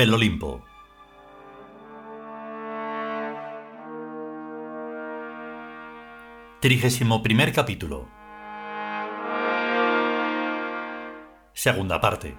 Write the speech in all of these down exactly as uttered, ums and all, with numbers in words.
del Olimpo. Trigésimo primer capítulo. Segunda parte.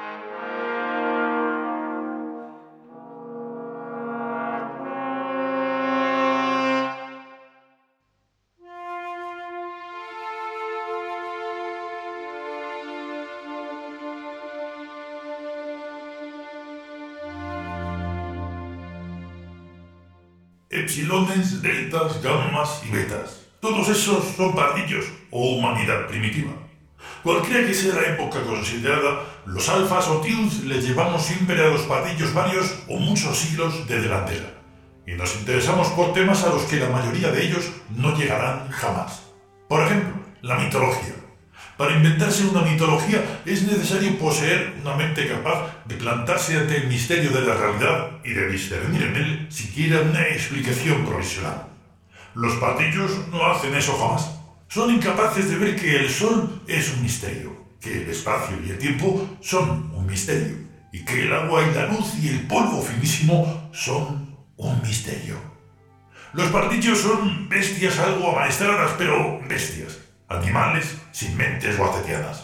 Epsilones, deltas, gammas y betas. Todos esos son pardillos o humanidad primitiva. Cualquiera que sea la época considerada, los alfas o tius les llevamos siempre a los pardillos varios o muchos siglos de delantera. Y nos interesamos por temas a los que la mayoría de ellos no llegarán jamás. Por ejemplo, la mitología. Para inventarse una mitología es necesario poseer una mente capaz de plantarse ante el misterio de la realidad y de discernir en él siquiera una explicación provisional. Los pardillos no hacen eso jamás. Son incapaces de ver que el sol es un misterio, que el espacio y el tiempo son un misterio, y que el agua y la luz y el polvo finísimo son un misterio. Los pardillos son bestias algo amaestradas, pero bestias. Animales sin mentes guacetianas.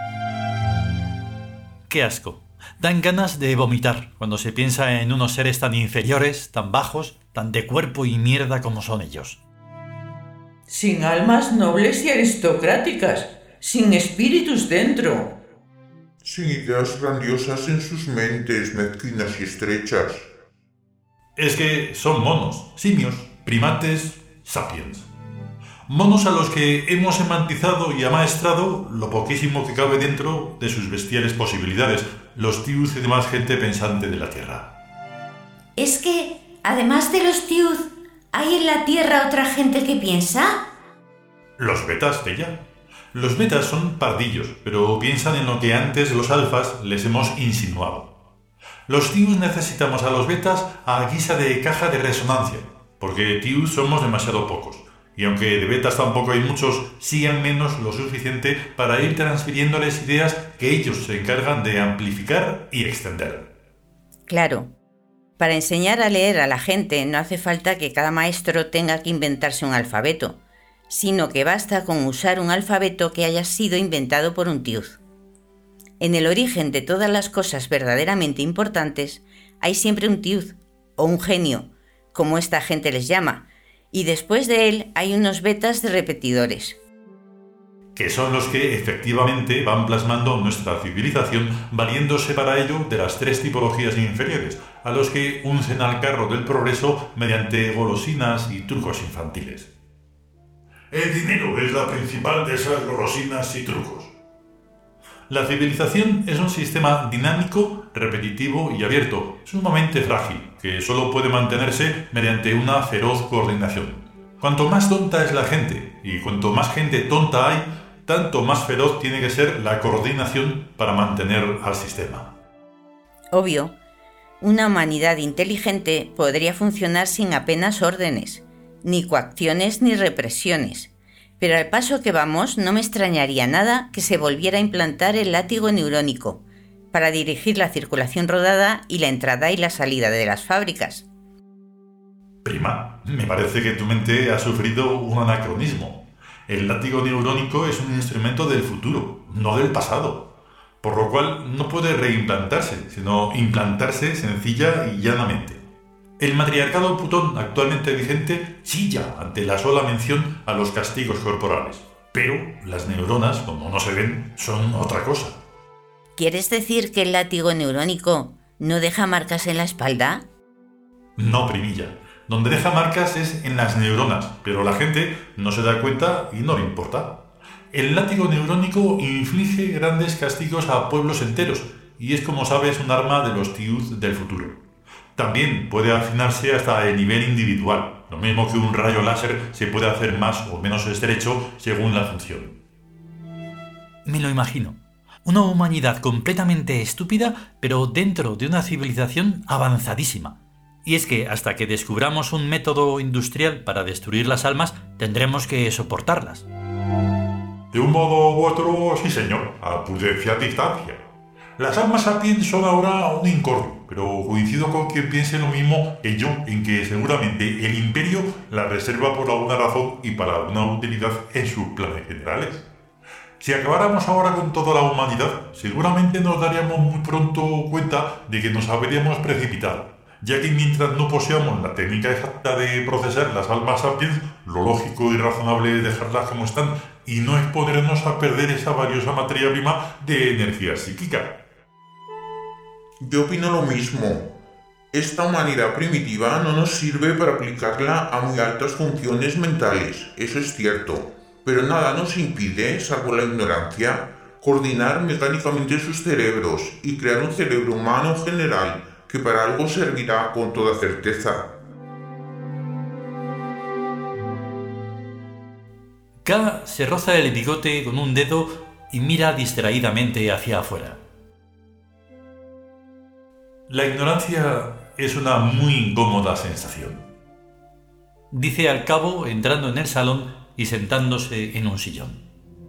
¡Qué asco! Dan ganas de vomitar cuando se piensa en unos seres tan inferiores, tan bajos, tan de cuerpo y mierda como son ellos. Sin almas nobles y aristocráticas, sin espíritus dentro. Sin ideas grandiosas en sus mentes mezquinas y estrechas. Es que son monos, simios, primates, sapiens. Monos a los que hemos semantizado y amaestrado lo poquísimo que cabe dentro de sus bestiales posibilidades, los tiuz y demás gente pensante de la Tierra. ¿Es que, además de los tiuz, hay en la Tierra otra gente que piensa? Los betas, Bella. Los betas son pardillos, pero piensan en lo que antes los alfas les hemos insinuado. Los tiuz necesitamos a los betas a guisa de caja de resonancia, porque tiuz somos demasiado pocos. Y aunque de betas tampoco hay muchos, sí al menos lo suficiente para ir transfiriéndoles ideas que ellos se encargan de amplificar y extender. Claro. Para enseñar a leer a la gente no hace falta que cada maestro tenga que inventarse un alfabeto, sino que basta con usar un alfabeto que haya sido inventado por un tiuz. En el origen de todas las cosas verdaderamente importantes hay siempre un tiuz, o un genio, como esta gente les llama, y después de él hay unos betas de repetidores. Que son los que efectivamente van plasmando nuestra civilización valiéndose para ello de las tres tipologías inferiores, a los que uncen al carro del progreso mediante golosinas y trucos infantiles. El dinero es la principal de esas golosinas y trucos. La civilización es un sistema dinámico, repetitivo y abierto, sumamente frágil, que solo puede mantenerse mediante una feroz coordinación. Cuanto más tonta es la gente, y cuanto más gente tonta hay, tanto más feroz tiene que ser la coordinación para mantener al sistema. Obvio, una humanidad inteligente podría funcionar sin apenas órdenes, ni coacciones ni represiones. Pero al paso que vamos, no me extrañaría nada que se volviera a implantar el látigo neurónico para dirigir la circulación rodada y la entrada y la salida de las fábricas. Prima, me parece que tu mente ha sufrido un anacronismo. El látigo neurónico es un instrumento del futuro, no del pasado, por lo cual no puede reimplantarse, sino implantarse sencilla y llanamente. El matriarcado putón actualmente vigente chilla ante la sola mención a los castigos corporales. Pero las neuronas, como no se ven, son otra cosa. ¿Quieres decir que el látigo neurónico no deja marcas en la espalda? No, primilla. Donde deja marcas es en las neuronas, pero la gente no se da cuenta y no le importa. El látigo neurónico inflige grandes castigos a pueblos enteros y es, como sabes, un arma de los tiuz del futuro. También puede afinarse hasta el nivel individual, lo mismo que un rayo láser se puede hacer más o menos estrecho según la función. Me lo imagino. Una humanidad completamente estúpida, pero dentro de una civilización avanzadísima. Y es que hasta que descubramos un método industrial para destruir las almas, tendremos que soportarlas. De un modo u otro, sí señor, a prudencia distancia. Las almas sapiens son ahora un incordio. pero coincido con quien piense lo mismo que yo en que seguramente el imperio la reserva por alguna razón y para alguna utilidad en sus planes generales. Si acabáramos ahora con toda la humanidad, seguramente nos daríamos muy pronto cuenta de que nos habríamos precipitado, ya que mientras no poseamos la técnica exacta de procesar las almas sapiens, lo lógico y razonable es dejarlas como están y no exponernos a perder esa valiosa materia prima de energía psíquica. Yo opino lo mismo. Esta humanidad primitiva no nos sirve para aplicarla a muy altas funciones mentales, eso es cierto, pero nada nos impide, salvo la ignorancia, coordinar mecánicamente sus cerebros y crear un cerebro humano general que para algo servirá con toda certeza. K se roza el bigote con un dedo y mira distraídamente hacia afuera. La ignorancia es una muy incómoda sensación, dice al cabo entrando en el salón y sentándose en un sillón.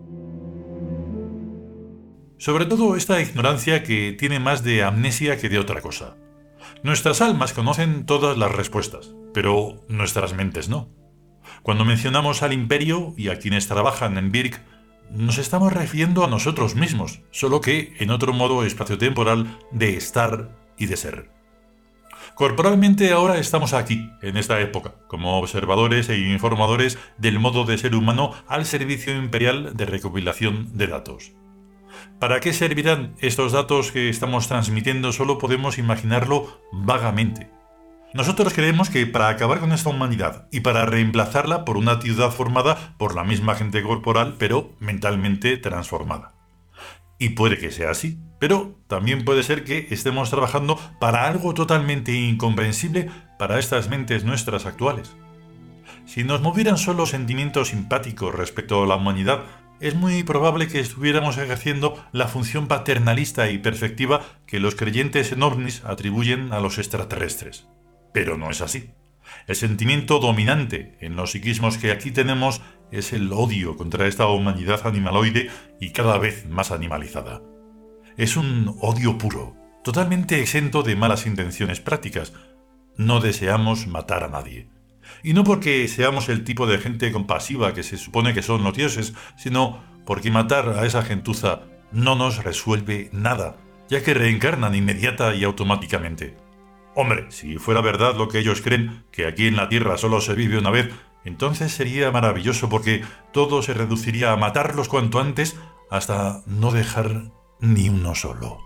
Sobre todo esta ignorancia que tiene más de amnesia que de otra cosa. Nuestras almas conocen todas las respuestas, pero nuestras mentes no. Cuando mencionamos al imperio y a quienes trabajan en Birk, nos estamos refiriendo a nosotros mismos, solo que en otro modo espaciotemporal de estar y de ser. Corporalmente ahora estamos aquí, en esta época, como observadores e informadores del modo de ser humano al servicio imperial de recopilación de datos. ¿Para qué servirán estos datos que estamos transmitiendo? Solo podemos imaginarlo vagamente. Nosotros creemos que para acabar con esta humanidad y para reemplazarla por una ciudad formada por la misma gente corporal, pero mentalmente transformada. Y puede que sea así, pero también puede ser que estemos trabajando para algo totalmente incomprensible para estas mentes nuestras actuales. Si nos movieran solo sentimientos simpáticos respecto a la humanidad, es muy probable que estuviéramos ejerciendo la función paternalista y perfectiva que los creyentes en ovnis atribuyen a los extraterrestres. Pero no es así. El sentimiento dominante en los psiquismos que aquí tenemos es el odio contra esta humanidad animaloide y cada vez más animalizada. Es un odio puro, totalmente exento de malas intenciones prácticas. No deseamos matar a nadie. Y no porque seamos el tipo de gente compasiva que se supone que son los dioses, sino porque matar a esa gentuza no nos resuelve nada, ya que reencarnan inmediata y automáticamente. Hombre, si fuera verdad lo que ellos creen, que aquí en la Tierra solo se vive una vez, entonces sería maravilloso porque todo se reduciría a matarlos cuanto antes hasta no dejar ni uno solo.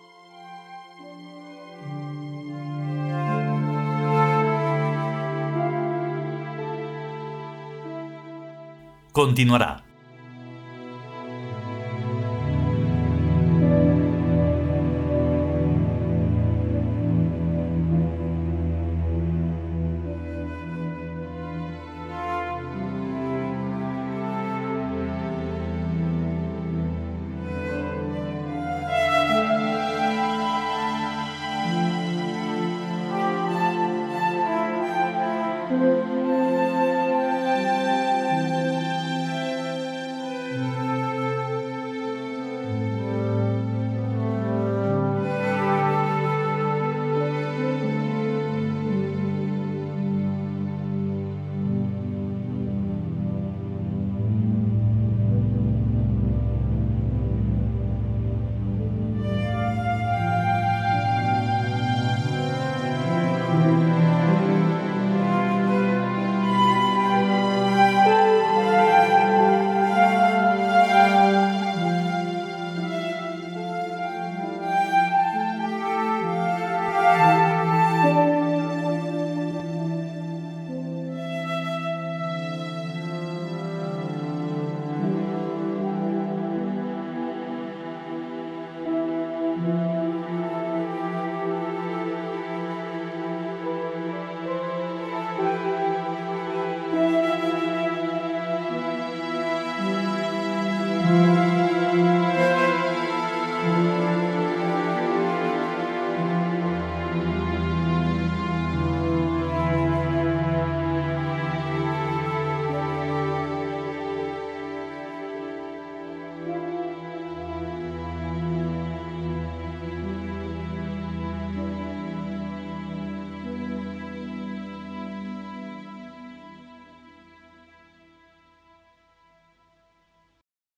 Continuará.